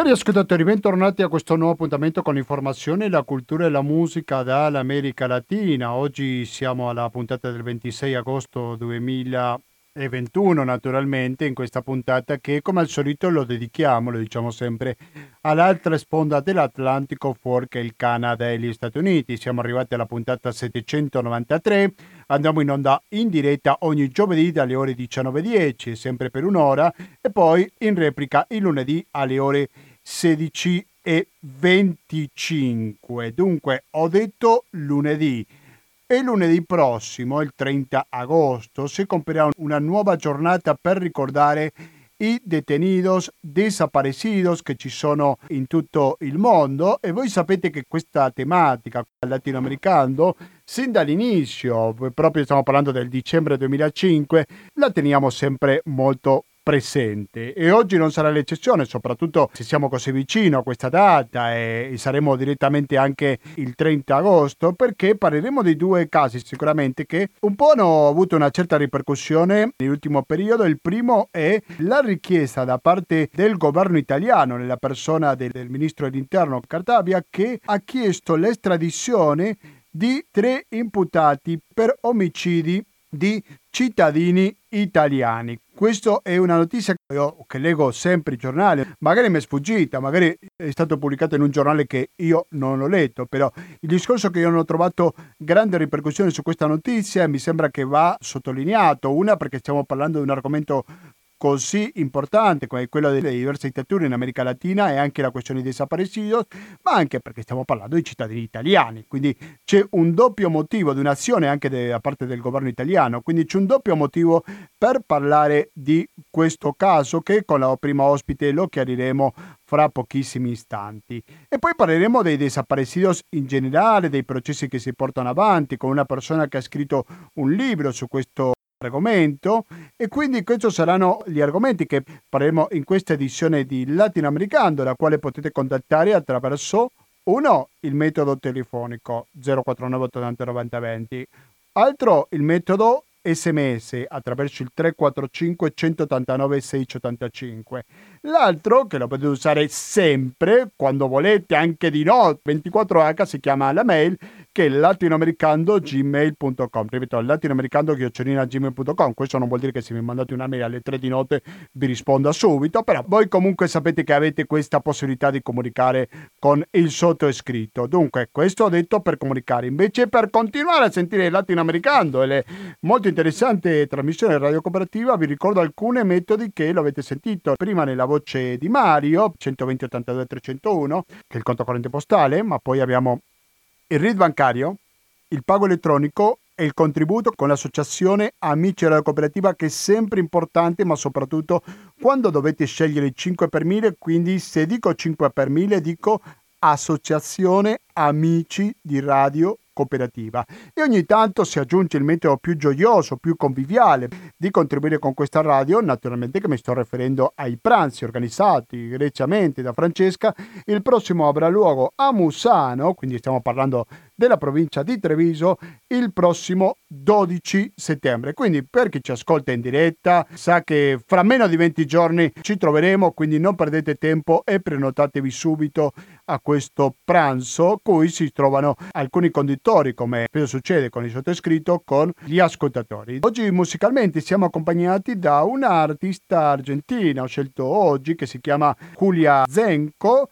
Cari ascoltatori, bentornati a questo nuovo appuntamento con l'informazione, la cultura e la musica dall'America Latina. Oggi siamo alla puntata del 26 agosto 2021, naturalmente, in questa puntata che come al solito lo dedichiamo, lo diciamo sempre, all'altra sponda dell'Atlantico fuori che il Canada e gli Stati Uniti. Siamo arrivati alla puntata 793, andiamo in onda in diretta ogni giovedì dalle ore 19:10, sempre per un'ora, e poi in replica il lunedì alle ore 16:25. Dunque, ho detto lunedì. E lunedì prossimo, il 30 agosto, si compirà una nuova giornata per ricordare i detenidos desaparecidos che ci sono in tutto il mondo. E voi sapete che questa tematica latinoamericano, sin dall'inizio, proprio stiamo parlando del dicembre 2005, la teniamo sempre molto presente, e oggi non sarà l'eccezione, soprattutto se siamo così vicino a questa data e saremo direttamente anche il 30 agosto, perché parleremo di due casi sicuramente che un po' hanno avuto una certa ripercussione nell'ultimo periodo. Il primo è la richiesta da parte del governo italiano, nella persona del ministro dell'interno Cartabia, che ha chiesto l'estradizione di 3 imputati per omicidi di cittadini italiani. Questa è una notizia che leggo sempre i giornali, magari mi è sfuggita, magari è stato pubblicato in un giornale che io non ho letto, però il discorso è che io non ho trovato grande ripercussione su questa notizia e mi sembra che va sottolineato. Una, perché stiamo parlando di un argomento così importante come quello delle diverse dittature in America Latina e anche la questione dei desaparecidos, ma anche perché stiamo parlando di cittadini italiani, quindi c'è un doppio motivo di un'azione anche da parte del governo italiano, quindi c'è un doppio motivo per parlare di questo caso, che con la prima ospite lo chiariremo fra pochissimi istanti. E poi parleremo dei desaparecidos in generale, dei processi che si portano avanti, con una persona che ha scritto un libro su questo argomento, e quindi questi saranno gli argomenti che parleremo in questa edizione di Latinoamericano, la quale potete contattare attraverso uno, il metodo telefonico 049 80 90 20, altro il metodo SMS attraverso il 345 189 685. L'altro, che lo potete usare sempre, quando volete, anche di notte, 24H, si chiama la mail, che è latinoamericando@gmail.com. Ripeto, latinoamericando@gmail.com. Questo non vuol dire che se mi mandate una mail alle 3 di notte vi risponda subito, però voi comunque sapete che avete questa possibilità di comunicare con il sottoscritto. Dunque, questo ho detto per comunicare. Invece, per continuare a sentire Latinoamericando e le molto interessante trasmissione radio cooperativa, vi ricordo alcuni metodi che lo avete sentito prima nella voce di Mario, 120 82 301, che è il conto corrente postale, ma poi abbiamo il RID bancario, il pago elettronico e il contributo con l'associazione Amici della Cooperativa, che è sempre importante, ma soprattutto quando dovete scegliere il 5 per 1000, quindi se dico 5 per 1000 dico Associazione Amici di Radio Cooperativa. E ogni tanto si aggiunge il metodo più gioioso, più conviviale di contribuire con questa radio, naturalmente, che mi sto riferendo ai pranzi organizzati egregiamente da Francesca. Il prossimo avrà luogo a Mussano, quindi stiamo parlando della provincia di Treviso, il prossimo 12 settembre. Quindi per chi ci ascolta in diretta sa che fra meno di 20 giorni ci troveremo, quindi non perdete tempo e prenotatevi subito a questo pranzo, cui si trovano alcuni conduttori, come spesso succede con il sottoscritto, con gli ascoltatori. Oggi musicalmente siamo accompagnati da una artista argentina, ho scelto oggi, che si chiama Julia Zenko,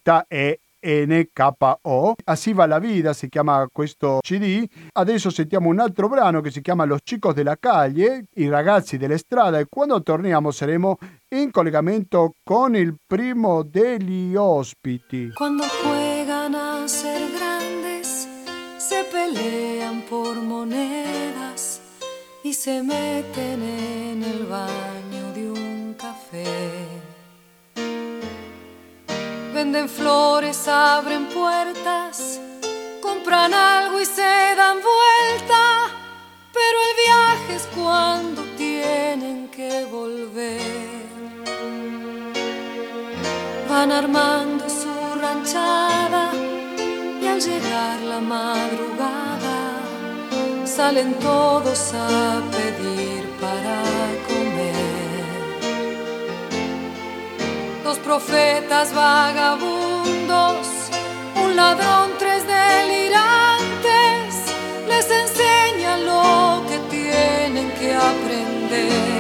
ZENKO. Así va la vida si chiama questo CD. Adesso sentiamo un altro brano che si chiama Los chicos de la calle, i ragazzi delle strade, e quando torniamo saremo in collegamento con il primo degli ospiti. Quando juegan a ser grandes, se pelean por monedas y se meten en el baño de un café. Venden flores, abren puertas, compran algo y se dan vuelta, pero el viaje es cuando tienen que volver. Van armando su ranchada y al llegar la madrugada salen todos a pedir para comer. dos profetas vagabundos, un ladrón, tres delirantes, les enseñan lo que tienen que aprender.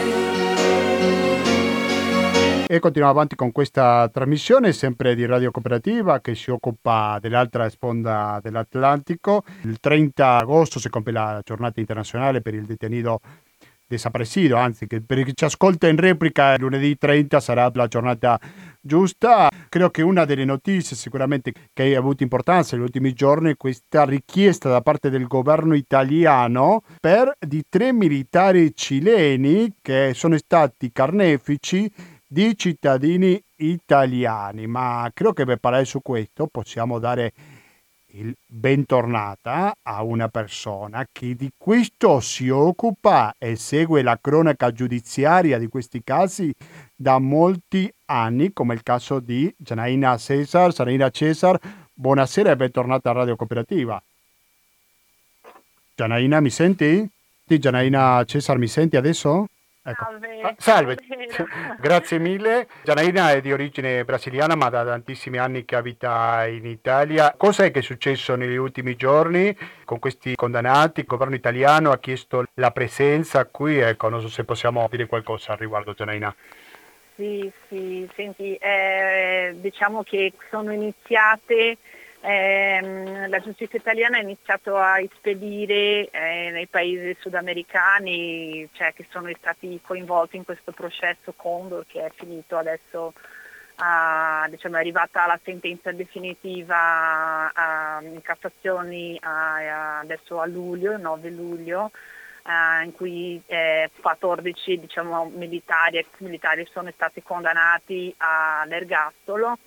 E continuiamo avanti con questa trasmissione sempre di Radio Cooperativa che si occupa dell'altra sponda dell'Atlantico. Il 30 agosto si compie la giornata internazionale per il detenuto desaparecido, anzi che per chi ci ascolta in replica lunedì 30 sarà la giornata giusta. Credo che una delle notizie sicuramente che ha avuto importanza negli ultimi giorni è questa richiesta da parte del governo italiano di 3 militari cileni che sono stati carnefici di cittadini italiani. Ma credo che per parlare su questo possiamo dare il bentornata a una persona che di questo si occupa e segue la cronaca giudiziaria di questi casi da molti anni, come il caso di Janaina Cesar. Janaina Cesar, buonasera e bentornata a Radio Cooperativa. Janaina, mi senti? Sì, Janaina Cesar, mi senti adesso? Ecco. Salve. Grazie mille. Janaina è di origine brasiliana ma da tantissimi anni che abita in Italia. Cosa è che è successo negli ultimi giorni con questi condannati? Il governo italiano ha chiesto la presenza qui, ecco, non so se possiamo dire qualcosa al riguardo, Janaina. Sì, senti, diciamo che sono iniziate, la giustizia italiana ha iniziato a spedire nei paesi sudamericani, cioè che sono stati coinvolti in questo processo Condor che è finito adesso, diciamo è arrivata la sentenza definitiva in Cassazione adesso a luglio, 9 luglio, in cui 14 diciamo, militari, ex militari sono stati condannati all'ergastolo.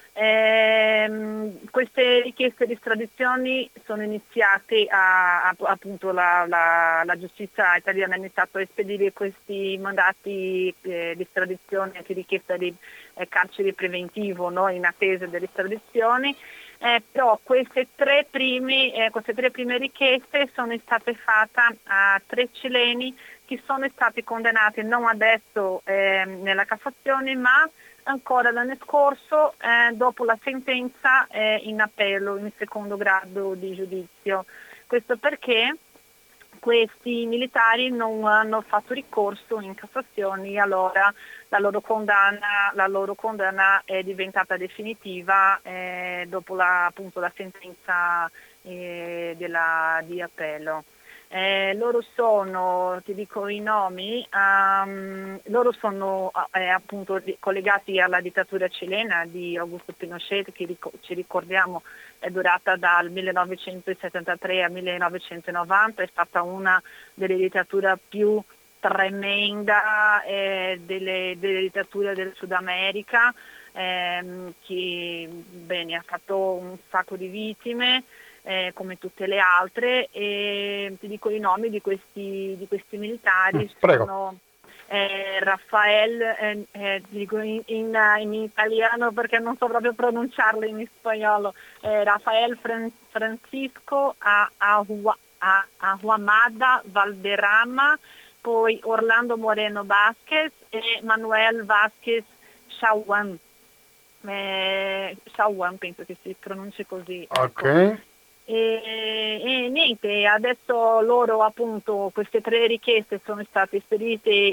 Queste richieste di estradizione sono iniziate appunto la giustizia italiana ha iniziato a spedire questi mandati di estradizione, anche richiesta di carcere preventivo, no, in attesa dell'estradizione. Però queste tre prime richieste sono state fatte a 3 cileni che sono stati condannati non adesso nella Cassazione ma ancora l'anno scorso dopo la sentenza in appello in secondo grado di giudizio. Questo perché questi militari non hanno fatto ricorso in Cassazione, allora la loro condanna è diventata definitiva dopo appunto la sentenza di appello. Loro sono, ti dico i nomi, loro sono appunto collegati alla dittatura cilena di Augusto Pinochet che ci ricordiamo è durata dal 1973 al 1990, è stata una delle dittature più tremenda delle dittature del Sud America, che bene, ha fatto un sacco di vittime come tutte le altre, e ti dico i nomi di questi militari. Prego. Sono Rafael, dico in italiano perché non so proprio pronunciarlo in spagnolo, Rafael Francisco Ahuamada Valderrama, poi Orlando Moreno Vázquez e Manuel Vázquez Chauhan. Chauhan penso che si pronunci così. Ok. Ecco. E niente, adesso loro appunto queste 3 richieste sono state spedite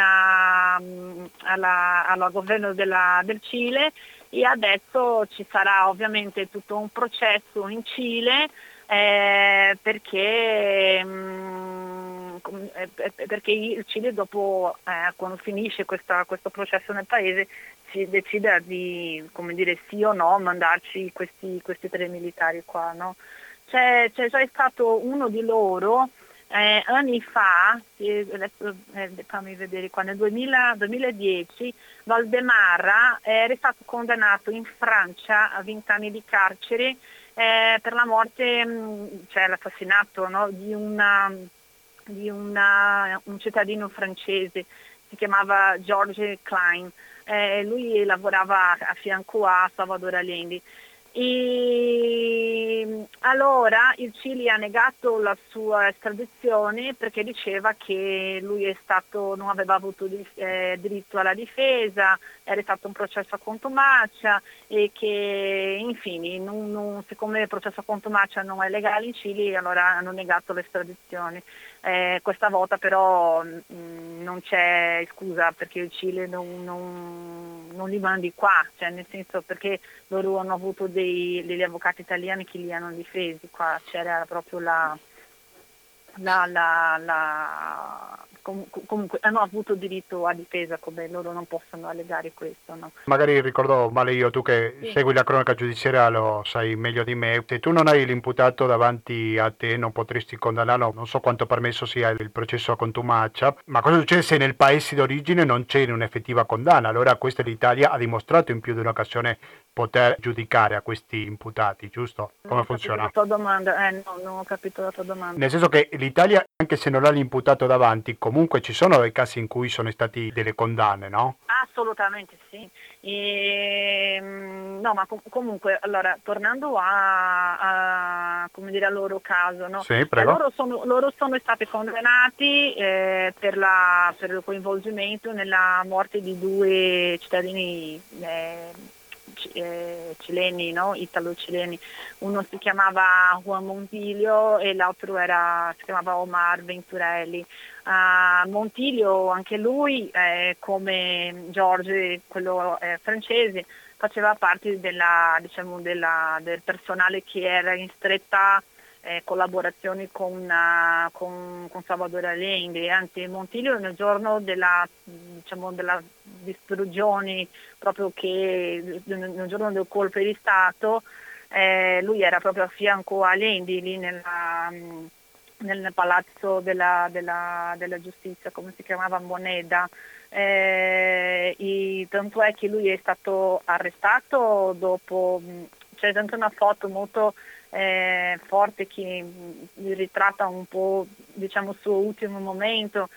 al governo del Cile e adesso ci sarà ovviamente tutto un processo in Cile perché il Cile dopo quando finisce questo processo nel paese si decide di, come dire, sì o no mandarci questi 3 militari qua, no? C'è già stato uno di loro anni fa, adesso fammi vedere qua, nel 2010 Valdemara era stato condannato in Francia a 20 anni di carcere per la morte, cioè l'assassinato, no, di un cittadino francese, si chiamava George Klein, lui lavorava a fianco a Salvador Allende. E allora il Cile ha negato la sua estradizione perché diceva che lui non aveva avuto diritto alla difesa, era stato un processo a contumacia e che infine, siccome il processo a contumacia non è legale in Cile, allora hanno negato l'estradizione. Questa volta però non c'è scusa perché il Cile non li mandi qua, cioè nel senso perché loro hanno avuto degli avvocati italiani che li hanno difesi qua, c'era proprio comunque hanno avuto diritto a difesa, come loro non possono allegare questo, no? Magari ricordo male io, tu che Sì. segui la cronaca giudiziaria lo sai meglio di me. Se tu non hai l'imputato davanti a te non potresti condannarlo, non so quanto permesso sia il processo a contumacia, ma cosa succede se nel paese d'origine non c'è un'effettiva condanna? Allora questa l'Italia ha dimostrato in più di un'occasione poter giudicare a questi imputati, giusto? Non Come ho capito la funziona? tua domanda, no, non ho capito la tua domanda. Nel senso che l'Italia, anche se non ha l'imputato davanti, comunque ci sono dei casi in cui sono stati delle condanne, no? Assolutamente sì. No, ma comunque, allora, tornando come dire, al loro caso, no? Sì, prego. Loro sono stati condannati per il coinvolgimento nella morte di due cittadini cileni, no? Italo-cileni. Uno si chiamava Juan Montilio e l'altro si chiamava Omar Venturelli. Montilio, anche lui, come George, quello francese, faceva parte del personale che era in stretta collaborazione con Salvador Allende. Anzi, Montilio nel giorno della distruzione, proprio che nel giorno del colpo di Stato, lui era proprio a fianco a Allende lì nel palazzo della giustizia, come si chiamava, Moneda. Tanto è che lui è stato arrestato dopo, c'è anche una foto molto forte che ritratta un po', diciamo, il suo ultimo momento.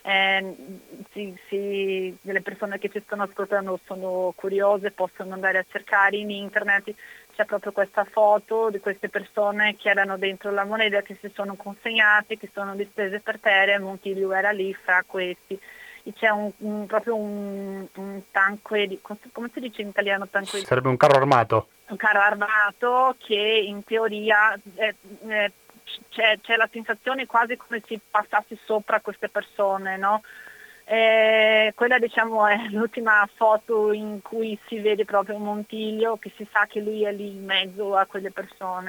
Delle persone che ci stanno ascoltando sono curiose, possono andare a cercare in internet, c'è proprio questa foto di queste persone che erano dentro la moneta, che si sono consegnate, che sono distese per terra, e Montilio era lì fra questi. E c'è proprio un tanque, come si dice in italiano? Tanque, Sarebbe un carro armato. un carro armato che in teoria c'è la sensazione quasi come se passassi sopra queste persone, no? Quella diciamo è l'ultima foto in cui si vede proprio Montilio, che si sa che lui è lì in mezzo a quelle persone.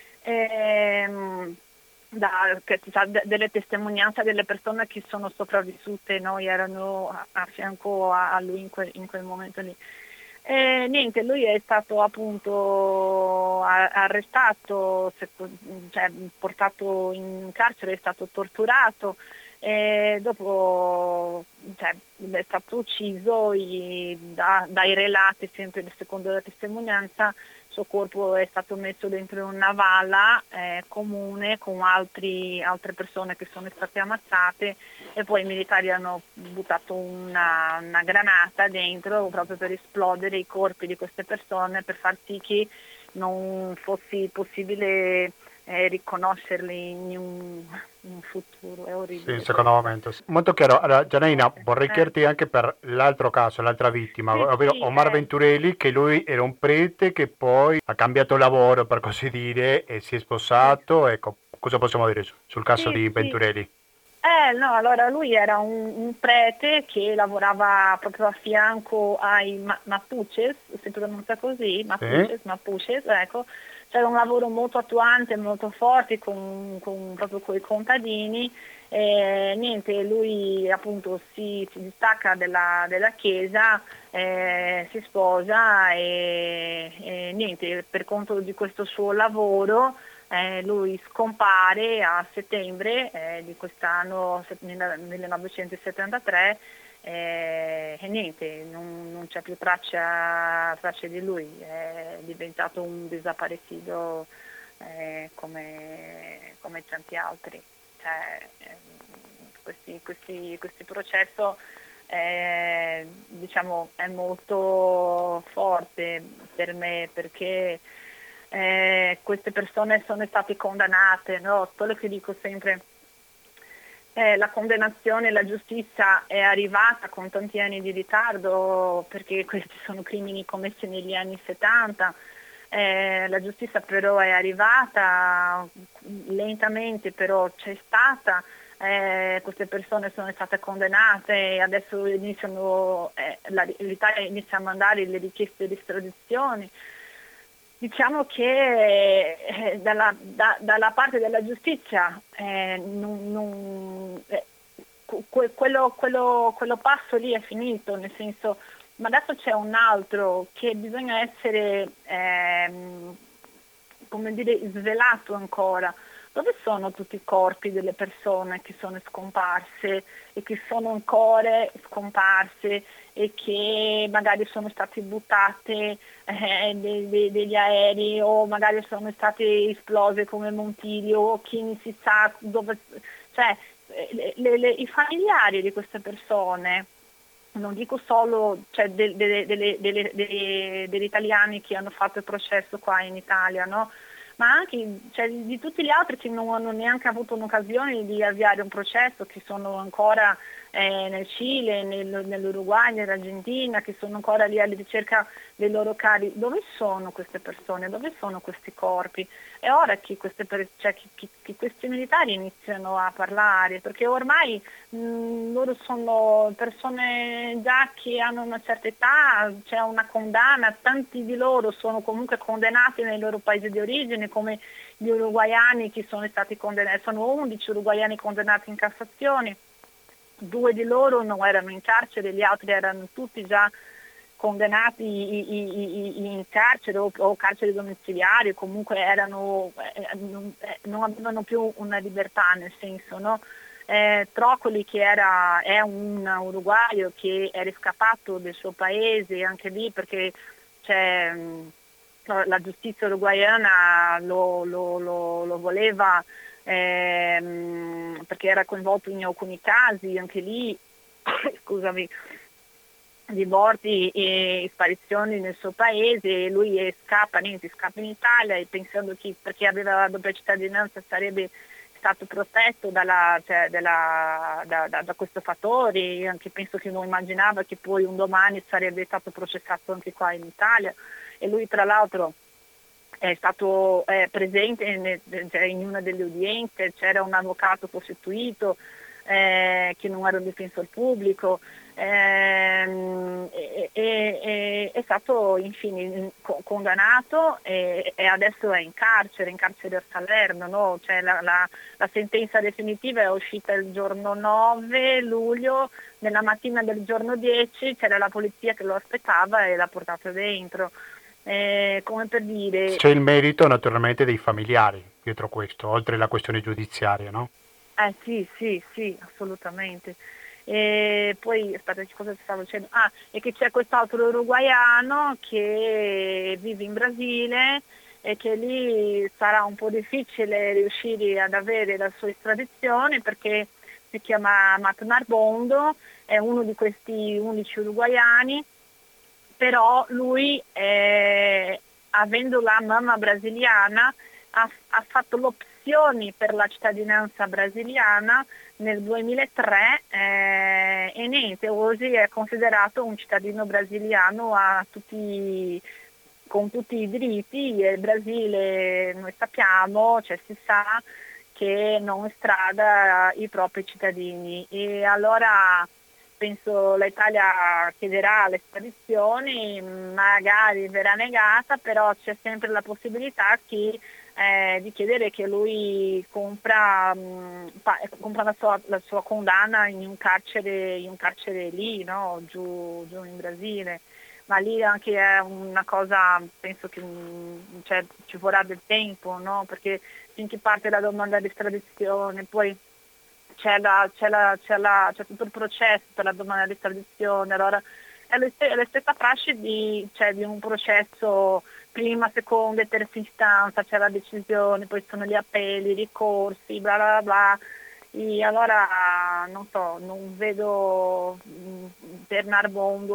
Che si sa delle testimonianze delle persone che sono sopravvissute, noi erano a fianco a lui in quel momento lì. Niente, lui è stato appunto arrestato, cioè, portato in carcere, è stato torturato e dopo è stato ucciso dai relati, sempre secondo la testimonianza. Il suo corpo è stato messo dentro una vala comune con altre persone che sono state ammazzate, e poi i militari hanno buttato una granata dentro proprio per esplodere i corpi di queste persone, per far sì che non fosse possibile riconoscerli in un futuro. È Sì, orribile secondo questo. momento. Sì. Molto chiaro. Allora, Gianina, vorrei Eh. chiederti anche per l'altro caso, l'altra vittima, Sì, ovvero sì, Omar Venturelli, che lui era un prete che poi ha cambiato lavoro, per così dire, e si è sì, sposato. Ecco, cosa possiamo dire sul caso sì, di sì. Venturelli? No, allora lui era un prete che lavorava proprio a fianco ai Mapuches, si pronuncia così, Sì? Mapuches, ecco. C'era un lavoro molto attuante, molto forte proprio con i contadini. Niente, lui appunto si distacca della chiesa, si sposa e niente, per conto di questo suo lavoro. Lui scompare a settembre di quest'anno, 1973, e niente, non c'è più traccia di lui, è diventato un desaparecido come tanti altri. Cioè, questi processi diciamo, è molto forte per me perché queste persone sono state condannate, no? Quello che dico sempre, La condannazione, la giustizia è arrivata con tanti anni di ritardo perché questi sono crimini commessi negli anni 70. La giustizia però è arrivata lentamente, però c'è stata. Queste persone sono state condannate e adesso l'Italia inizia a mandare le richieste di estradizione. Diciamo che dalla parte della giustizia quello passo lì è finito, nel senso, ma adesso c'è un altro che bisogna essere, come dire, svelato ancora. Dove sono tutti i corpi delle persone che sono scomparse e che sono ancora scomparse e che magari sono state buttate degli aerei o magari sono state esplose come Montilio o chi non si sa dove, cioè i familiari di queste persone, non dico solo cioè, degli italiani che hanno fatto il processo qua in Italia, no? Ma anche cioè, di tutti gli altri che non hanno neanche avuto un'occasione di avviare un processo, che sono ancora nel Cile, nell'Uruguay, nell'Argentina, che sono ancora lì alla ricerca dei loro cari. Dove sono queste persone? Dove sono questi corpi? È ora che, che questi militari iniziano a parlare, perché ormai loro sono persone già che hanno una certa età, c'è una condanna, tanti di loro sono comunque condannati nei loro paesi di origine, come gli uruguaiani che sono stati condannati, sono 11 uruguaiani condannati in Cassazione, 2 di loro non erano in carcere, gli altri erano tutti già condannati in carcere o carcere domiciliari, comunque non avevano più una libertà, nel senso, no? Trocoli, che è un uruguayo che era scappato del suo paese, anche lì perché c'è, la giustizia uruguayana lo voleva perché era coinvolto in alcuni casi, anche lì, scusami, di morti e sparizioni nel suo paese, e lui scappa in Italia e pensando che perché aveva la doppia cittadinanza sarebbe stato protetto da questo fattore, anche penso che non immaginava che poi un domani sarebbe stato processato anche qua in Italia, e lui tra l'altro è stato presente in una delle udienze, c'era un avvocato costituito che non era un difensore pubblico, è stato infine condannato e adesso è in carcere a Salerno, no? Cioè la sentenza definitiva è uscita il giorno 9 luglio, nella mattina del giorno 10 c'era la polizia che lo aspettava e l'ha portato dentro. Come per dire... C'è il merito naturalmente dei familiari dietro questo, oltre alla questione giudiziaria, no? Sì, assolutamente. E poi, aspetta, cosa ti stavo dicendo? Ah, e che c'è quest'altro uruguaiano che vive in Brasile e che lì sarà un po' difficile riuscire ad avere la sua estradizione perché si chiama Matt Narbondo, è uno di questi 11 uruguaiani, però lui, avendo la mamma brasiliana, ha fatto l'opzione per la cittadinanza brasiliana nel 2003 e niente, oggi è considerato un cittadino brasiliano con tutti i diritti. Il Brasile, noi sappiamo, cioè si sa che non estrada i propri cittadini, e allora penso l'Italia chiederà le estradizioni, magari verrà negata, però c'è sempre la possibilità di chiedere che lui compra la sua condanna in un carcere lì, no? giù in Brasile. Ma lì anche è una cosa, penso che cioè, ci vorrà del tempo, no? Perché finché parte la domanda di estradizione, poi c'è tutto il processo per la domanda di estradizione, allora è la stessa prassi di un processo prima, seconda e terza istanza, c'è la decisione, poi sono gli appelli, i ricorsi, bla bla bla. E allora non so, non vedo per Narbondo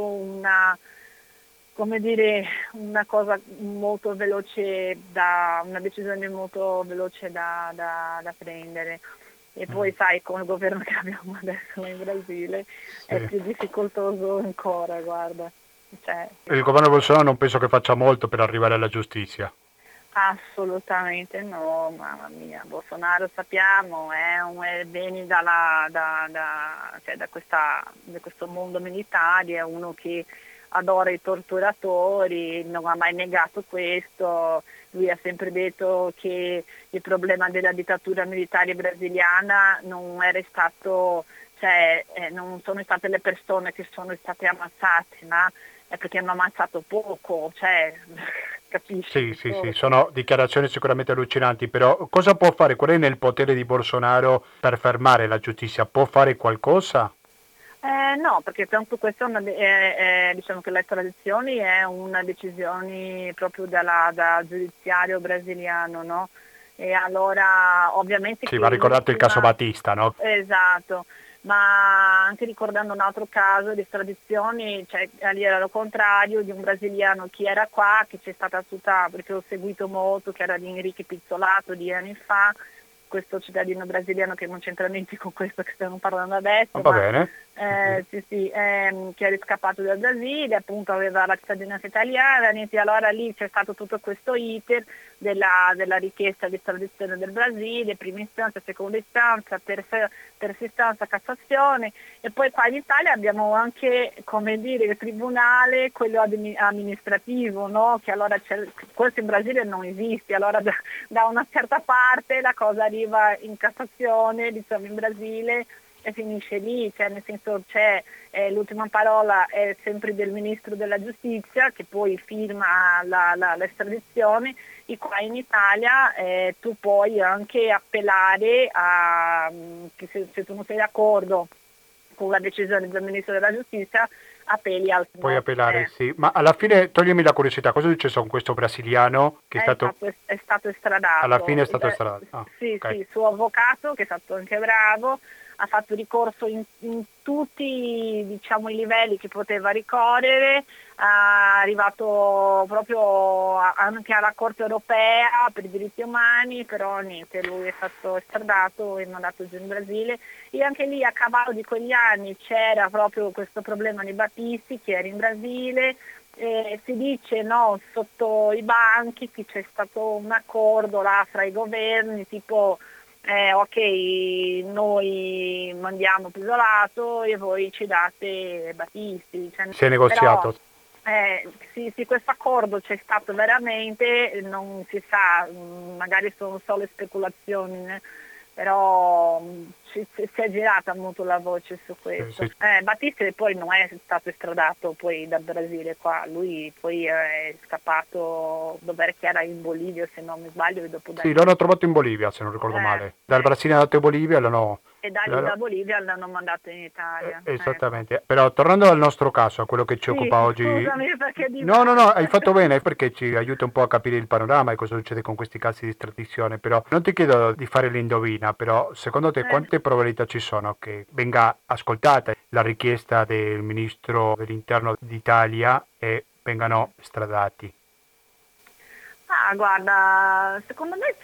una cosa molto veloce una decisione molto veloce da prendere. E poi sai, con il governo che abbiamo adesso in Brasile è più difficoltoso ancora, guarda. Cioè, Il governo Bolsonaro non penso che faccia molto per arrivare alla giustizia. assolutamente no, mamma mia. Bolsonaro sappiamo viene cioè, da questo mondo militare, è uno che adora i torturatori, non ha mai negato questo. Lui ha sempre detto che il problema della dittatura militare brasiliana non era stato, cioè non sono state le persone che sono state ammazzate, ma è perché hanno ammazzato poco, cioè capisci? Sì, sono dichiarazioni sicuramente allucinanti, però cosa può fare? Qual è nel potere di Bolsonaro per fermare la giustizia? Può fare qualcosa? No, perché tanto questo diciamo che le estradizioni è una decisione proprio da giudiziario brasiliano, no? E allora ovviamente Sì, che va ricordato il caso l'ultima. Battista, no? Esatto, ma anche ricordando un altro caso di estradizioni, cioè lì era lo contrario di un brasiliano che era qua, che c'è stata tutta, perché l'ho seguito molto, che era di Enrique Pizzolato di anni fa, questo cittadino brasiliano che non c'entra niente con questo che stiamo parlando adesso, Va ma bene. sì, che è scappato dal Brasile, appunto aveva la cittadinanza italiana, niente, allora lì c'è stato tutto questo iter della richiesta di estradizione del Brasile, prima istanza, seconda istanza, terza istanza, Cassazione, e poi qua in Italia abbiamo anche, come dire, il tribunale, quello amministrativo, no? Che allora questo in Brasile non esiste, allora da una certa parte la cosa arriva in Cassazione, diciamo in Brasile, e finisce lì, cioè nel senso l'ultima parola è sempre del ministro della giustizia che poi firma l'estradizione, e qua in Italia tu puoi anche appellare che se tu non sei d'accordo con la decisione del ministro della giustizia, appelli al Puoi TNOT. appellare, sì. Ma alla fine, toglimi la curiosità, cosa è successo con questo brasiliano che è stato... È stato Alla estradato. fine è stato estradato. Ah, Sì, ok. sì, il suo avvocato, che è stato anche bravo, ha fatto ricorso in tutti, diciamo, i livelli che poteva ricorrere, è arrivato proprio anche alla Corte europea per i diritti umani, però niente, lui è stato estradato e mandato giù in Brasile, e anche lì a cavallo di quegli anni c'era proprio questo problema di Battisti che era in Brasile. Si dice, no, sotto i banchi che c'è stato un accordo là fra i governi, tipo ok, noi mandiamo Pisolato e voi ci date Battisti. Cioè, Si è però negoziato. sì, questo accordo c'è stato veramente, non si sa, magari sono solo speculazioni, né? Però si è girata molto la voce su questo. Sì. Battisti poi non è stato estradato poi dal Brasile qua, lui poi è scappato dove era in Bolivia se non mi sbaglio, e dopo da Sì, lì. l'hanno trovato in Bolivia, se non ricordo male. Dal Brasile è andato in Bolivia E da lì da Bolivia l'hanno mandato in Italia. Ecco. Esattamente, però tornando al nostro caso, a quello che ci Sì, occupa oggi, scusami perché no, hai diverso. fatto bene perché ci aiuta un po' a capire il panorama e cosa succede con questi casi di estradizione, però non ti chiedo di fare l'indovina, però secondo te quante probabilità ci sono che venga ascoltata la richiesta del ministro dell'Interno d'Italia e vengano stradati? Guarda, secondo me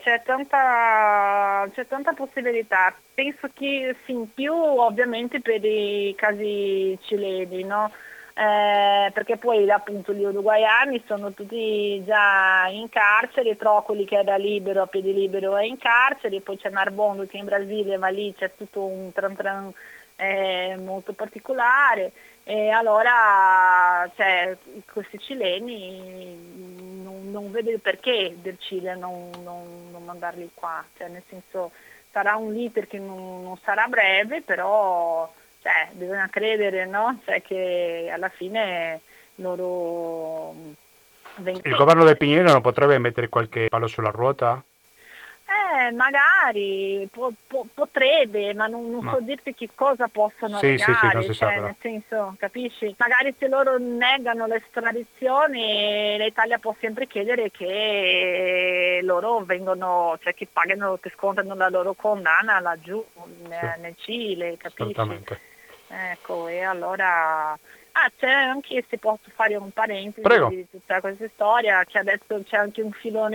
c'è tanta possibilità. Penso che sì, in più ovviamente per i casi cileni, no? Perché poi appunto gli uruguaiani sono tutti già in carcere, Trócoli che era libero, a piedi libero è in carcere, poi c'è Narbongo che è in Brasile, ma lì c'è tutto un tran tran molto particolare. E allora questi cileni non vedo il perché del Cile non mandarli qua, cioè, nel senso sarà un iter che non sarà breve, però bisogna credere, no? Cioè, che alla fine loro Il governo del Piñera non potrebbe mettere qualche palo sulla ruota? magari potrebbe, ma non so dirti che cosa possono Sì, non allegare, si sa cioè, però. nel senso, capisci? Magari se loro negano l'estradizione, l'Italia può sempre chiedere che loro vengono, cioè che pagano, che scontano la loro condanna laggiù nel Cile, capisci? Certamente. Ecco, e allora. C'è anche, se posso fare un parentesi Prego. di tutta questa storia, che adesso c'è anche un filone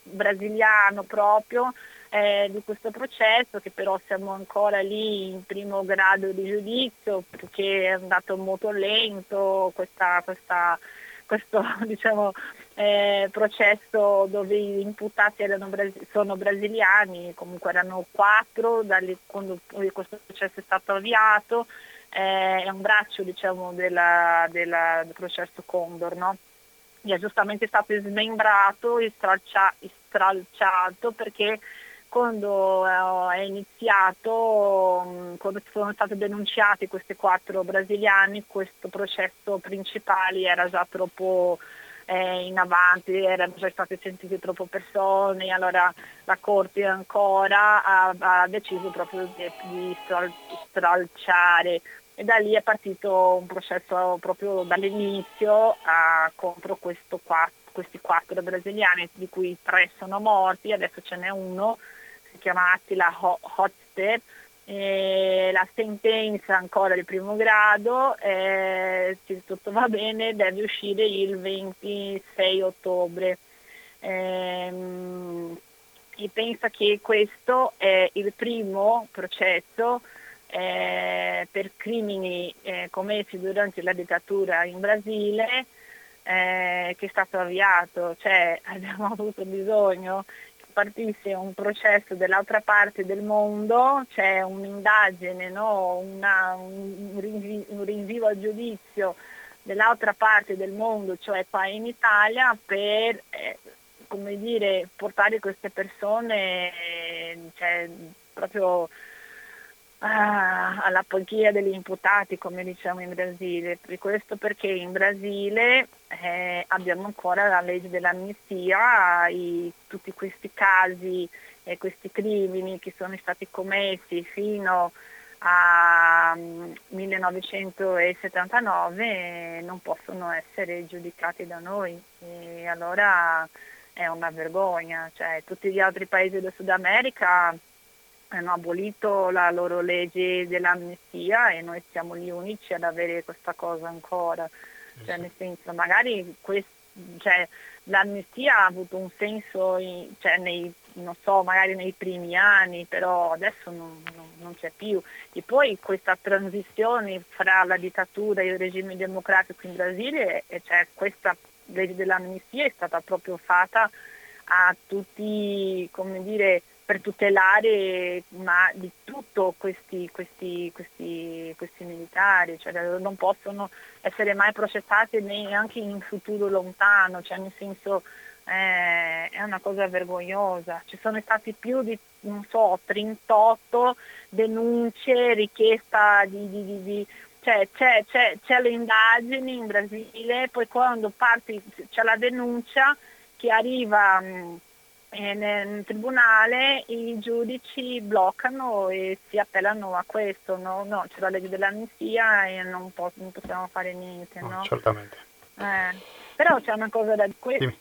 brasiliano proprio di questo processo, che però siamo ancora lì in primo grado di giudizio perché è andato molto lento questo diciamo, processo dove gli imputati sono brasiliani, comunque erano 4 quando poi questo processo è stato avviato, è un braccio diciamo, del processo Condor, no? E è giustamente stato smembrato e stralciato perché quando è iniziato, quando sono stati denunciati questi 4 brasiliani, questo processo principale era già troppo in avanti, erano già state sentite troppe persone, allora la Corte ancora ha deciso proprio di stralciare. E da lì è partito un processo proprio dall'inizio contro questi 4 brasiliani, di cui 3 sono morti, adesso ce n'è uno, si chiama Attila Hotstep. La sentenza ancora di primo grado, se tutto va bene, deve uscire il 26 ottobre. E pensa che questo è il primo processo per crimini commessi durante la dittatura in Brasile che è stato avviato, cioè abbiamo avuto bisogno che partisse un processo dall'altra parte del mondo, c'è un'indagine, no? un rinvio al giudizio dell'altra parte del mondo, cioè qua in Italia, per come dire, portare queste persone cioè, proprio alla poiché degli imputati, come diciamo in Brasile. Per questo perché in Brasile abbiamo ancora la legge dell'amnistia, tutti questi casi e questi crimini che sono stati commessi fino a 1979 non possono essere giudicati da noi, e allora è una vergogna, cioè tutti gli altri paesi del Sud America hanno abolito la loro legge dell'amnistia e noi siamo gli unici ad avere questa cosa ancora, cioè nel senso magari cioè, l'amnistia ha avuto un senso cioè, non so, magari nei primi anni, però adesso non c'è più. E poi questa transizione fra la dittatura e il regime democratico in Brasile, cioè questa legge dell'amnistia è stata proprio fatta a tutti, come dire, per tutelare ma di tutto questi militari, cioè non possono essere mai processati neanche in futuro lontano, cioè nel senso è una cosa vergognosa. Ci sono stati più di, non so, 38 denunce, richiesta cioè c'è le indagini in Brasile, poi quando c'è la denuncia che arriva nel tribunale, i giudici bloccano e si appellano a questo, no, c'è la legge dell'amnistia e non possiamo fare niente, no? Certamente. Però c'è una cosa da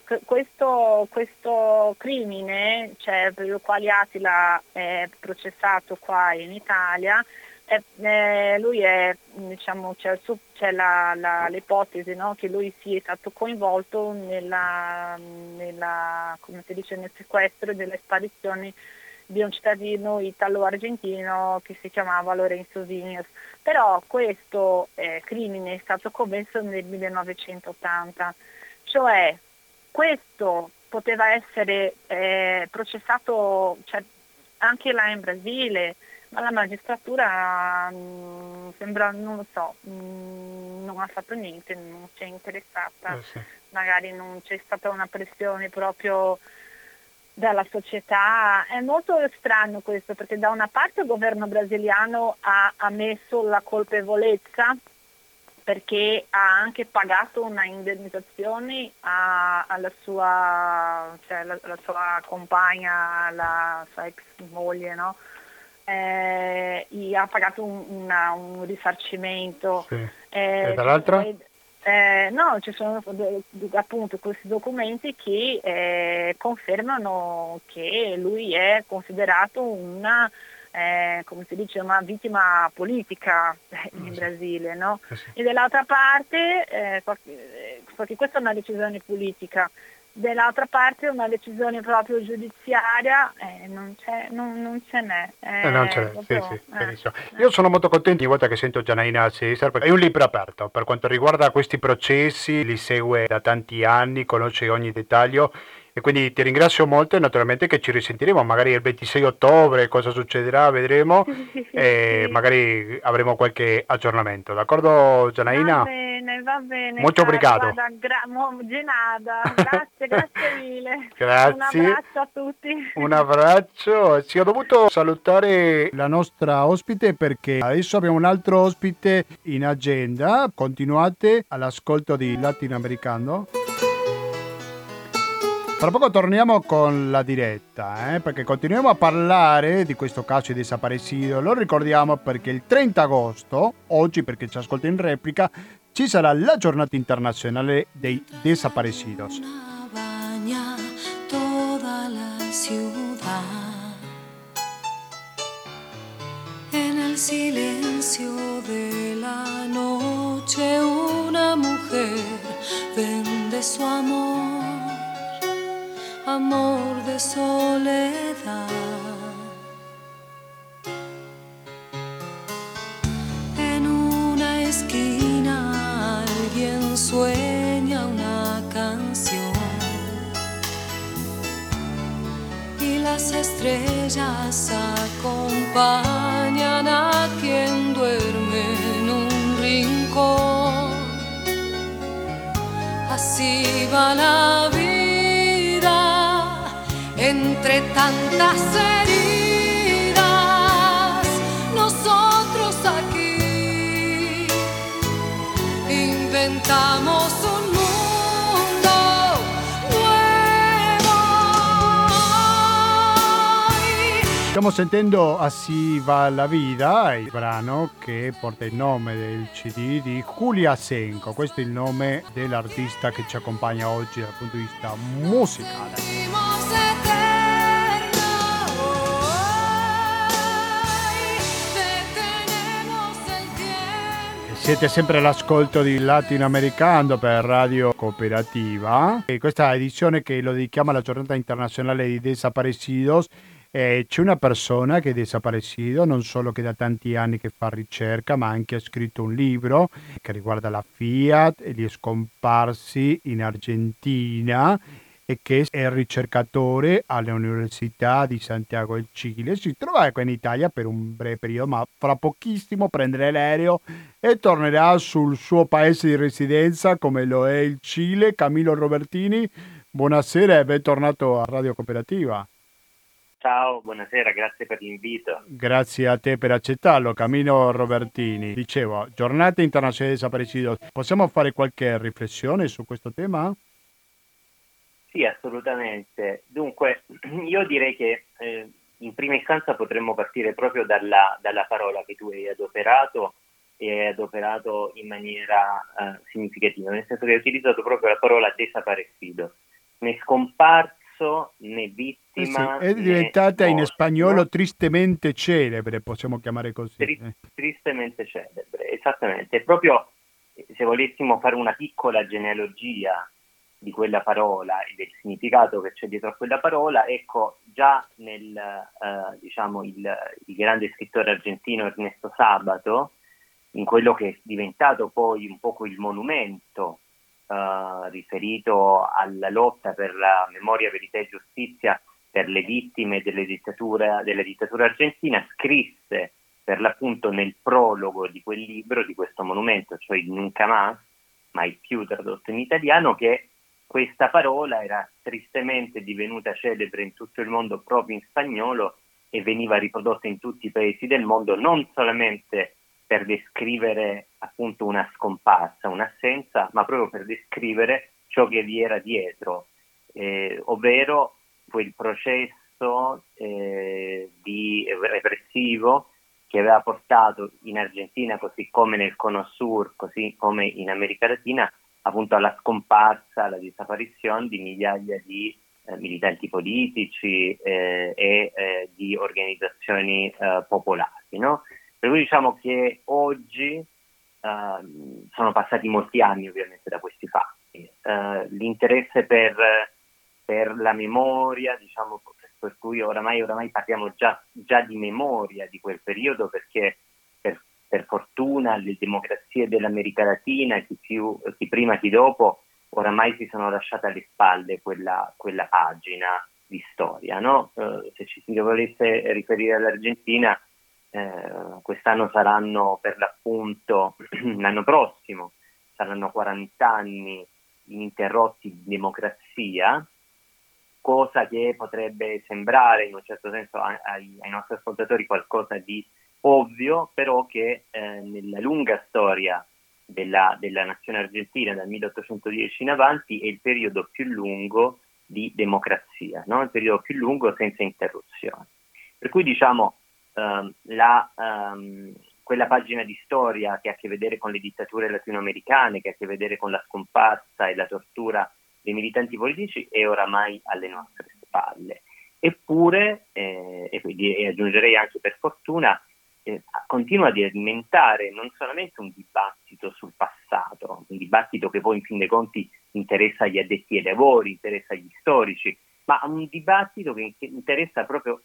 questo crimine, cioè, per il quale Attila è processato qua in Italia, lui è, diciamo, c'è l'ipotesi, no, che lui sia stato coinvolto nella come si dice, nel sequestro e delle sparizioni di un cittadino italo-argentino che si chiamava Lorenzo Vignos. Però questo crimine è stato commesso nel 1980, cioè questo poteva essere processato, cioè, anche là in Brasile, ma la magistratura sembra, non lo so, non ha fatto niente, non si è interessata, Sì. magari non c'è stata una pressione proprio dalla società. È molto strano questo, perché da una parte il governo brasiliano ha ammesso la colpevolezza perché ha anche pagato una indennizzazione alla sua, cioè la sua compagna, la sua ex moglie, no? Ha pagato un risarcimento. Sì. E dall'altra? No, ci sono appunto questi documenti che confermano che lui è considerato una, come si dice, una vittima politica in Brasile, no? Sì. E dall'altra parte, perché questa è una decisione politica, Dall'altra parte una decisione proprio giudiziaria non ce n'è. Non ce n'è, sì, Proprio, sì, benissimo. Io sono molto contento ogni volta che sento Gianaina Cesar, perché è un libro aperto per quanto riguarda questi processi, li segue da tanti anni, conosce ogni dettaglio e quindi ti ringrazio molto e naturalmente che ci risentiremo, magari il 26 ottobre, cosa succederà, vedremo e sì. magari avremo qualche aggiornamento. D'accordo Gianaina? Va bene, Molto caro. obrigado. Guarda, Genada, grazie mille. Un Grazie. abbraccio a tutti. Un abbraccio. Sì, ho dovuto salutare la nostra ospite perché adesso abbiamo un altro ospite in agenda. Continuate all'ascolto di Latinoamericano. Tra poco torniamo con la diretta, perché continuiamo a parlare di questo caso di desaparecido. Lo ricordiamo perché il 30 agosto, oggi perché ci ascolta in replica, ci sarà la giornata internazionale dei desaparecidos. Toda la ciudad en el silencio de la noche una mujer vende su amor de soledad. En una esquina alguien sueña una canción y las estrellas acompañan a quien duerme en un rincón. Así va la vida entre tantas heridas. Nosotros aquí inventamos un mundo nuevo. Stiamo sentendo Así va la vida, il brano che porta il nome del CD di Julia Senko. Questo è il nome dell'artista che ci accompagna oggi dal punto di vista musicale. Siete sempre all'ascolto di Latinoamericano per Radio Cooperativa e questa edizione che lo dedichiamo alla giornata internazionale di desaparecidos. C'è una persona che è desaparecido, non solo che da tanti anni che fa ricerca, ma anche ha scritto un libro che riguarda la Fiat e gli scomparsi in Argentina e che è ricercatore all'Università di Santiago del Cile. Si trova qua in Italia per un breve periodo, ma fra pochissimo prenderà l'aereo e tornerà sul suo paese di residenza come lo è il Cile. Camillo Robertini, buonasera e bentornato a Radio Cooperativa. Ciao, buonasera, grazie per l'invito. Grazie a te per accettarlo, Camillo Robertini. Dicevo, giornata internazionale dei desaparecidos. Possiamo fare qualche riflessione su questo tema? Sì, assolutamente. Dunque, io direi che in prima istanza potremmo partire proprio dalla parola che tu hai adoperato e hai adoperato in maniera significativa, nel senso che hai utilizzato proprio la parola desaparecido. Ne scomparso, né vittima. Sì, è diventata in morto, spagnolo no? tristemente celebre, possiamo chiamare così. Tristemente celebre, esattamente. Proprio se volessimo fare una piccola genealogia di quella parola e del significato che c'è dietro a quella parola, ecco, già nel il grande scrittore argentino Ernesto Sabato, in quello che è diventato poi un poco il monumento riferito alla lotta per la memoria, verità e giustizia per le vittime della dittatura argentina, scrisse per l'appunto nel prologo di quel libro, di questo monumento, cioè il Nunca Más, mai più tradotto in italiano, che questa parola era tristemente divenuta celebre in tutto il mondo proprio in spagnolo e veniva riprodotta in tutti i paesi del mondo, non solamente per descrivere appunto una scomparsa, un'assenza, ma proprio per descrivere ciò che vi era dietro, ovvero quel processo di repressivo che aveva portato in Argentina, così come nel Cono Sur, così come in America Latina, appunto alla scomparsa, alla disparizione di migliaia di militanti politici e di organizzazioni popolari, no? Per cui diciamo che oggi sono passati molti anni ovviamente da questi fatti. L'interesse per per la memoria, diciamo, per cui oramai parliamo già di memoria di quel periodo, perché per fortuna le democrazie dell'America Latina, chi prima chi dopo, oramai si sono lasciate alle spalle quella pagina di storia, no? Se ci si volesse riferire all'Argentina, quest'anno saranno, per l'appunto, l'anno prossimo saranno 40 anni ininterrotti di democrazia, cosa che potrebbe sembrare in un certo senso ai nostri ascoltatori qualcosa di ovvio, però che nella lunga storia della nazione argentina, dal 1810 in avanti, è il periodo più lungo di democrazia, no? Il periodo più lungo senza interruzioni. Per cui diciamo quella pagina di storia che ha a che vedere con le dittature latinoamericane, che ha a che vedere con la scomparsa e la tortura dei militanti politici, è oramai alle nostre spalle. Eppure, e aggiungerei anche per fortuna, continua ad alimentare non solamente un dibattito sul passato, un dibattito che poi in fin dei conti interessa gli addetti ai lavori, interessa gli storici, ma un dibattito che interessa proprio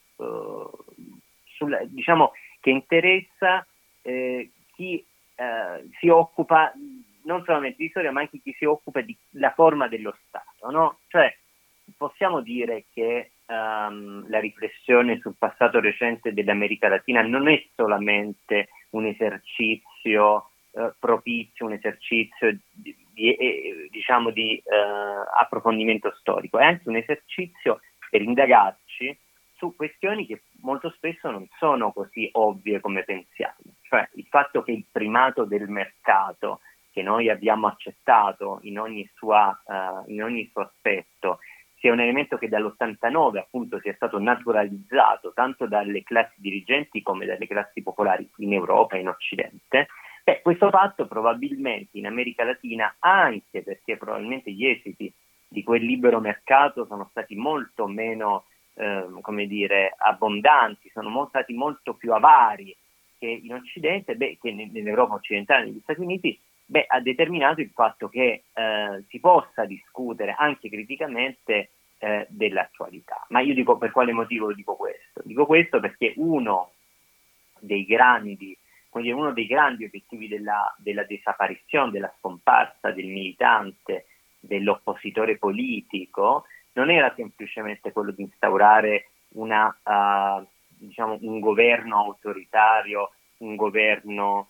diciamo che interessa chi si occupa non solamente di storia, ma anche chi si occupa della forma dello Stato, no? Cioè, possiamo dire che la riflessione sul passato recente dell'America Latina non è solamente un esercizio propizio, un esercizio di approfondimento storico, è anche un esercizio per indagarci su questioni che molto spesso non sono così ovvie come pensiamo. Cioè il fatto che il primato del mercato, che noi abbiamo accettato in ogni suo aspetto, sia un elemento che dall'89 appunto sia stato naturalizzato tanto dalle classi dirigenti come dalle classi popolari in Europa e in Occidente. Questo fatto probabilmente in America Latina, anche perché probabilmente gli esiti di quel libero mercato sono stati molto meno abbondanti, sono stati molto più avari che in Occidente, che nell'Europa occidentale, negli Stati Uniti, ha determinato il fatto che si possa discutere anche criticamente dell'attualità. Ma io dico, per quale motivo dico questo? Dico questo perché uno dei grandi obiettivi della disapparizione, della scomparsa del militante, dell'oppositore politico, non era semplicemente quello di instaurare un governo autoritario, un governo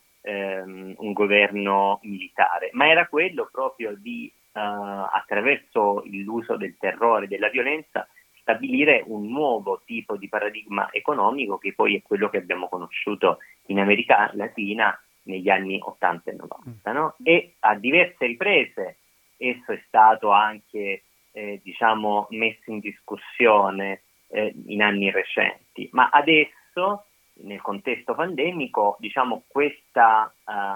militare, ma era quello proprio di attraverso l'uso del terrore, della violenza, stabilire un nuovo tipo di paradigma economico che poi è quello che abbiamo conosciuto in America Latina negli anni 80 e 90, no? E a diverse riprese esso è stato anche messo in discussione in anni recenti, ma adesso nel contesto pandemico questa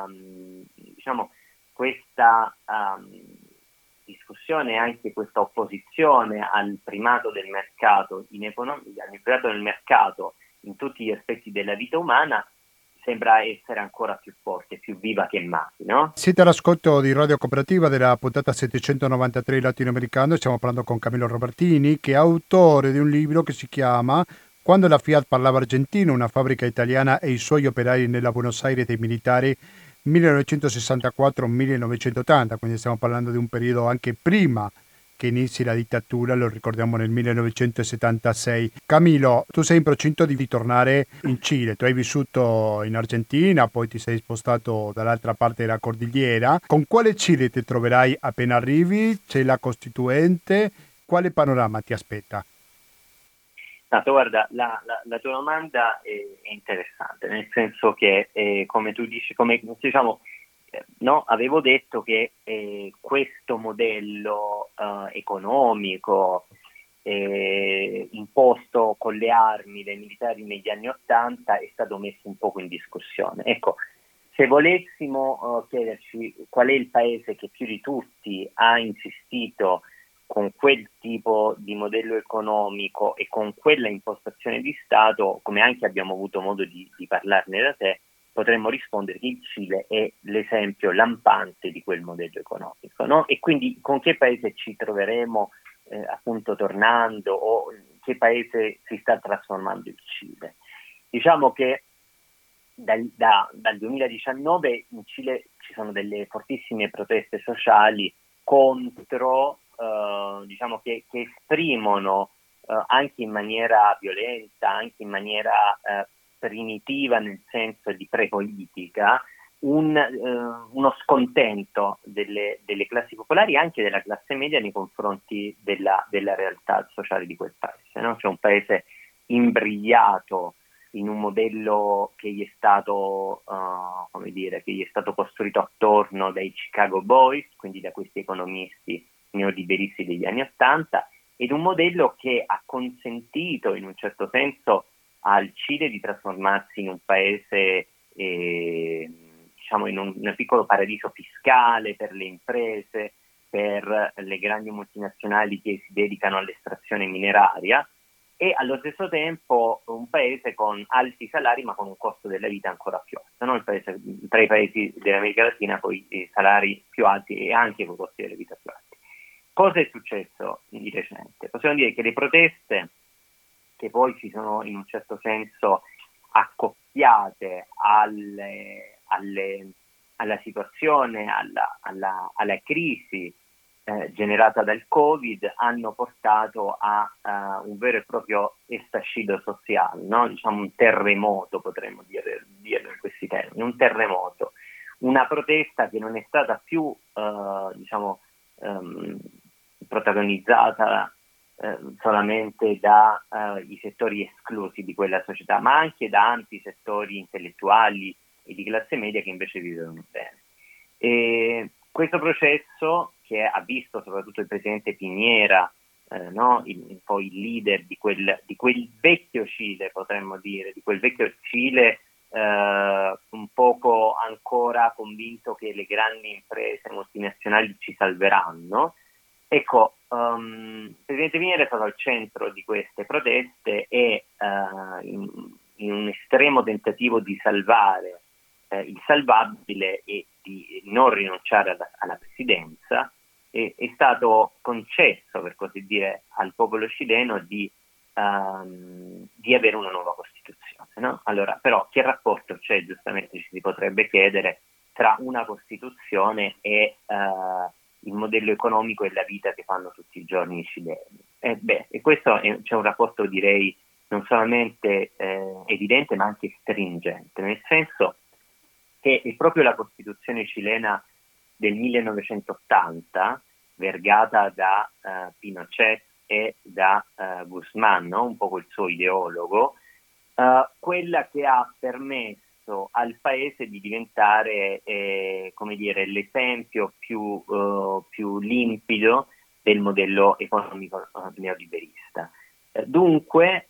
discussione, anche questa opposizione al primato del mercato in economia, al primato del mercato in tutti gli aspetti della vita umana, sembra essere ancora più forte, più viva che mai, no? Siete all'ascolto di Radio Cooperativa della puntata 793 latinoamericano. Stiamo parlando con Camillo Robertini, che è autore di un libro che si chiama Quando la Fiat parlava argentino, una fabbrica italiana e i suoi operai nella Buenos Aires dei militari 1964-1980, quindi stiamo parlando di un periodo anche prima che inizi la dittatura, lo ricordiamo nel 1976. Camilo, tu sei in procinto di tornare in Cile, tu hai vissuto in Argentina, poi ti sei spostato dall'altra parte della cordigliera. Con quale Cile ti troverai appena arrivi? C'è la Costituente? Quale panorama ti aspetta? Guarda, la tua domanda è interessante, nel senso che come tu dici, avevo detto che questo modello economico imposto con le armi dai militari negli anni '80 è stato messo un poco in discussione. Ecco, se volessimo chiederci qual è il paese che più di tutti ha insistito con quel tipo di modello economico e con quella impostazione di Stato, come anche abbiamo avuto modo di parlarne da te, potremmo rispondere che il Cile è l'esempio lampante di quel modello economico, no? E quindi con che paese ci troveremo appunto tornando, o in che paese si sta trasformando il Cile. Diciamo che dal 2019 in Cile ci sono delle fortissime proteste sociali contro, diciamo che esprimono anche in maniera violenta, anche in maniera primitiva, nel senso di prepolitica, uno scontento delle classi popolari e anche della classe media nei confronti della realtà sociale di quel paese, no? C'è un paese imbrigliato in un modello che gli è stato, che gli è stato costruito attorno dai Chicago Boys, quindi da questi economisti neoliberisti degli anni '80, ed un modello che ha consentito in un certo senso al Cile di trasformarsi in un paese, diciamo in un piccolo paradiso fiscale per le imprese, per le grandi multinazionali che si dedicano all'estrazione mineraria, e allo stesso tempo un paese con alti salari ma con un costo della vita ancora più alto, no? Il paese, tra i paesi dell'America Latina con i salari più alti e anche con i costi della vita più alti. Cosa è successo di recente? Possiamo dire che le proteste, che poi si sono in un certo senso accoppiate alla situazione, alla crisi generata dal Covid, hanno portato a un vero e proprio estascido sociale, no? Diciamo un terremoto, potremmo dirlo in questi termini, un terremoto, una protesta che non è stata più protagonizzata solamente dai settori esclusi di quella società, ma anche da ampi settori intellettuali e di classe media che invece vivevano bene. E questo processo, che ha visto soprattutto il presidente Piñera, poi il leader di quel vecchio Cile, potremmo dire, di quel vecchio Cile un poco ancora convinto che le grandi imprese multinazionali ci salveranno. Ecco, il presidente Piñera è stato al centro di queste proteste e in un estremo tentativo di salvare il salvabile e di non rinunciare alla presidenza, è stato concesso, per così dire, al popolo cileno di avere una nuova Costituzione, no? Allora, però, che rapporto c'è, giustamente ci si potrebbe chiedere, tra una Costituzione e il modello economico e la vita che fanno tutti i giorni i cileni? E questo c'è un rapporto, direi, non solamente evidente, ma anche stringente, nel senso che è proprio la Costituzione cilena del 1980, vergata da Pinochet e da Guzmán, no? Un po' il suo ideologo, quella che ha permesso al paese di diventare, l'esempio più limpido del modello economico neoliberista. Dunque,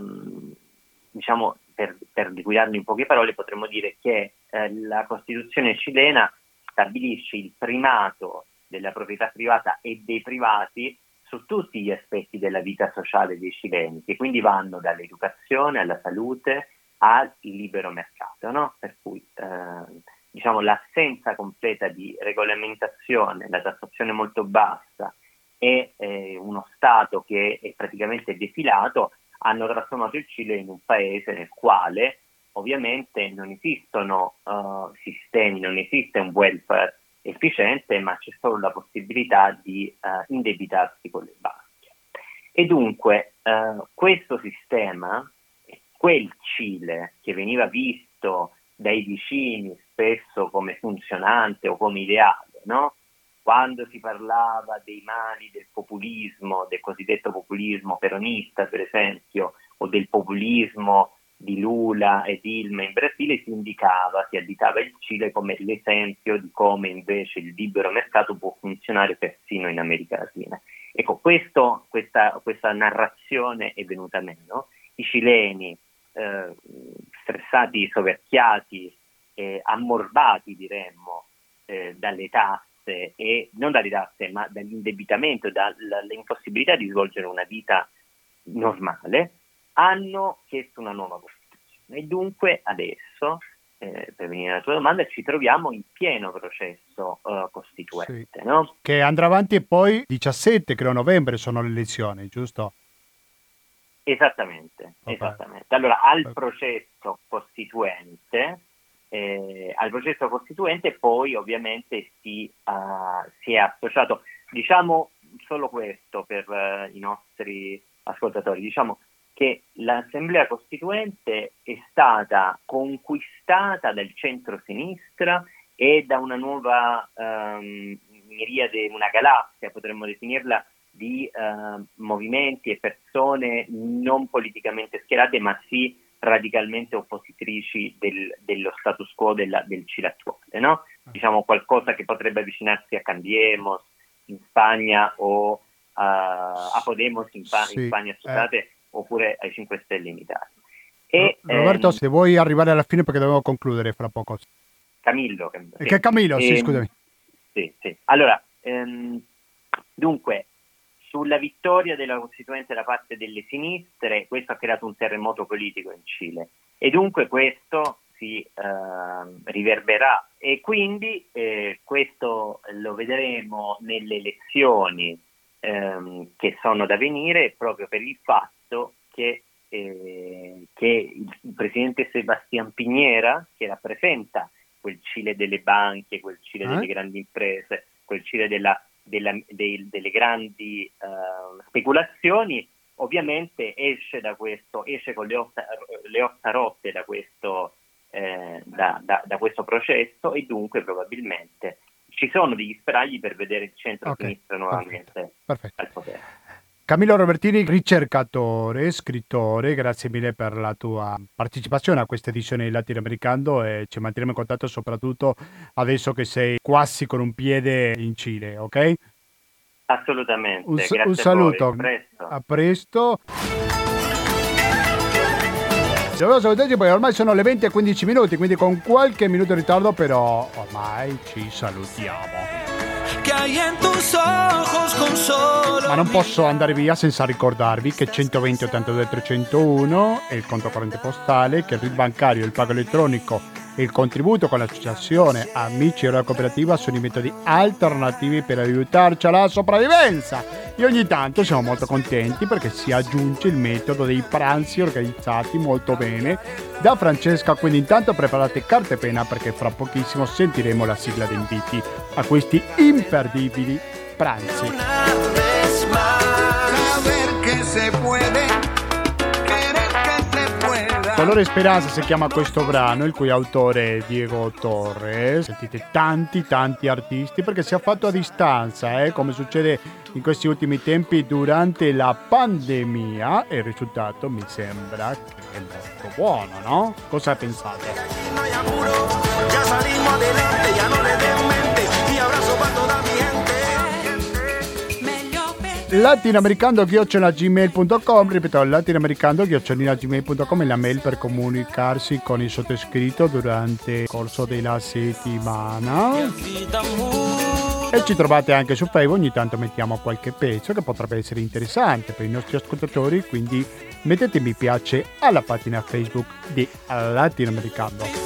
per liquidarlo in poche parole, potremmo dire che la Costituzione cilena stabilisce il primato della proprietà privata e dei privati su tutti gli aspetti della vita sociale dei cileni, che quindi vanno dall'educazione alla salute al libero mercato, no? Per cui l'assenza completa di regolamentazione, la tassazione molto bassa e uno Stato che è praticamente defilato hanno trasformato il Cile in un paese nel quale ovviamente non esistono sistemi, non esiste un welfare efficiente, ma c'è solo la possibilità di indebitarsi con le banche. E dunque questo sistema, quel Cile che veniva visto dai vicini spesso come funzionante o come ideale, no? Quando si parlava dei mali del populismo, del cosiddetto populismo peronista, per esempio, o del populismo di Lula e Dilma in Brasile, si additava il Cile come l'esempio di come invece il libero mercato può funzionare persino in America Latina. Ecco, questa narrazione è venuta meno. I cileni, stressati, soverchiati, ammorbati, diremmo, dalle tasse, e non dalle tasse, ma dall'indebitamento, dall'impossibilità di svolgere una vita normale, hanno chiesto una nuova Costituzione. E dunque adesso per venire alla tua domanda, ci troviamo in pieno processo costituente, sì, no? Che andrà avanti e poi 17, credo novembre, sono le elezioni, giusto? Esattamente, Okay. esattamente. Allora, al processo costituente poi ovviamente si è associato, diciamo solo questo per i nostri ascoltatori, diciamo che l'Assemblea Costituente è stata conquistata dal centro-sinistra e da una nuova miriade, una galassia, potremmo definirla, di movimenti e persone non politicamente schierate, ma sì radicalmente oppositrici dello status quo del Cile attuale, no? Diciamo qualcosa che potrebbe avvicinarsi a Cambiemos in Spagna o a Podemos in Spagna, scusate, oppure ai 5 Stelle in Italia. E, Roberto, se vuoi arrivare alla fine perché dobbiamo concludere fra poco. Camillo. Che Camillo, sì, scusami. Sì. Allora, dunque, sulla vittoria della Costituente da parte delle sinistre, questo ha creato un terremoto politico in Cile e dunque questo si riverberà e quindi questo lo vedremo nelle elezioni che sono da venire, proprio per il fatto che il presidente Sebastián Piñera, che rappresenta quel Cile delle banche, quel Cile delle grandi imprese, quel Cile delle grandi speculazioni, ovviamente esce con le ossa rotte da questo processo e dunque probabilmente ci sono degli speragli per vedere il centro-sinistra nuovamente al potere. Camillo Robertini, ricercatore, scrittore, grazie mille per la tua partecipazione a questa edizione di Latinoamericano e ci manteniamo in contatto soprattutto adesso che sei quasi con un piede in Cile, ok? Assolutamente, un saluto, a presto. Dovevo salutarci perché ormai sono le 20:15, quindi con qualche minuto di ritardo, però ormai ci salutiamo. Ma non posso andare via senza ricordarvi che 120 82 301 è il conto corrente postale, che il RID bancario, il pago elettronico e il contributo con l'associazione Amici della Cooperativa sono i metodi alternativi per aiutarci alla sopravvivenza. E ogni tanto siamo molto contenti perché si aggiunge il metodo dei pranzi organizzati molto bene da Francesca, quindi intanto preparate carta e penna perché fra pochissimo sentiremo la sigla di inviti a questi imperdibili pranzi. Colore Speranza si chiama questo brano, il cui autore è Diego Torres. Sentite tanti artisti perché si è fatto a distanza, come succede in questi ultimi tempi durante la pandemia, e il risultato mi sembra che è molto buono, no? Cosa pensate? latinoamericando@gmail.com, ripeto, latinoamericando@gmail.com è la mail per comunicarsi con il sottoscritto durante il corso della settimana. E ci trovate anche su Facebook, ogni tanto mettiamo qualche pezzo che potrebbe essere interessante per i nostri ascoltatori, quindi mettete mi piace alla pagina Facebook di Latinoamericano.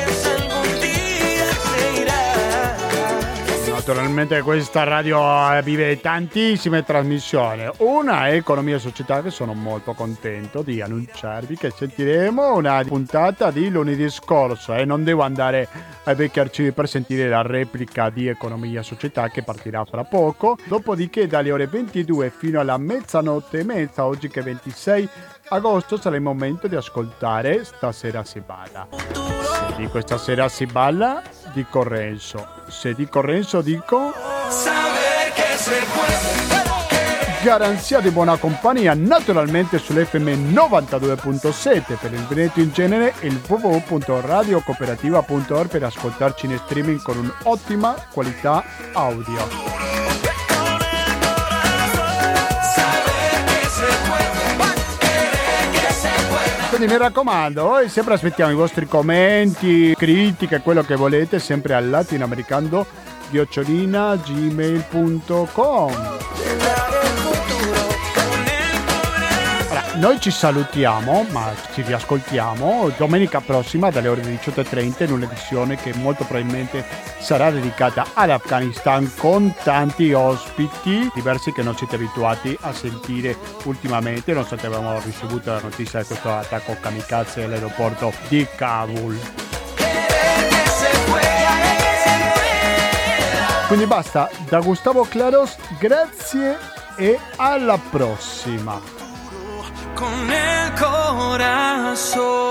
Naturalmente questa radio vive tantissime trasmissioni. Una è Economia e Società, che sono molto contento di annunciarvi che sentiremo una puntata di lunedì scorso e non devo andare ai vecchi archivi per sentire la replica di Economia e Società che partirà fra poco. Dopodiché dalle ore 22 fino alla mezzanotte e mezza, oggi che è 26 agosto, sarà il momento di ascoltare Stasera si balla. Se dico Stasera si balla, dico Renzo. Se dico Renzo, dico garanzia di buona compagnia, naturalmente sull'FM 92.7 per il Veneto in genere e il www.radiocooperativa.org per ascoltarci in streaming con un'ottima qualità audio. Quindi mi raccomando, sempre aspettiamo i vostri commenti, critiche, quello che volete, sempre al latinoamericando@gmail.com. Noi ci salutiamo, ma ci riascoltiamo domenica prossima dalle ore 18:30 in un'edizione che molto probabilmente sarà dedicata all'Afghanistan con tanti ospiti diversi che non siete abituati a sentire ultimamente, nonostante avevamo ricevuto la notizia di questo attacco kamikaze all'aeroporto di Kabul. Quindi basta, da Gustavo Claros, grazie e alla prossima. Con el corazón.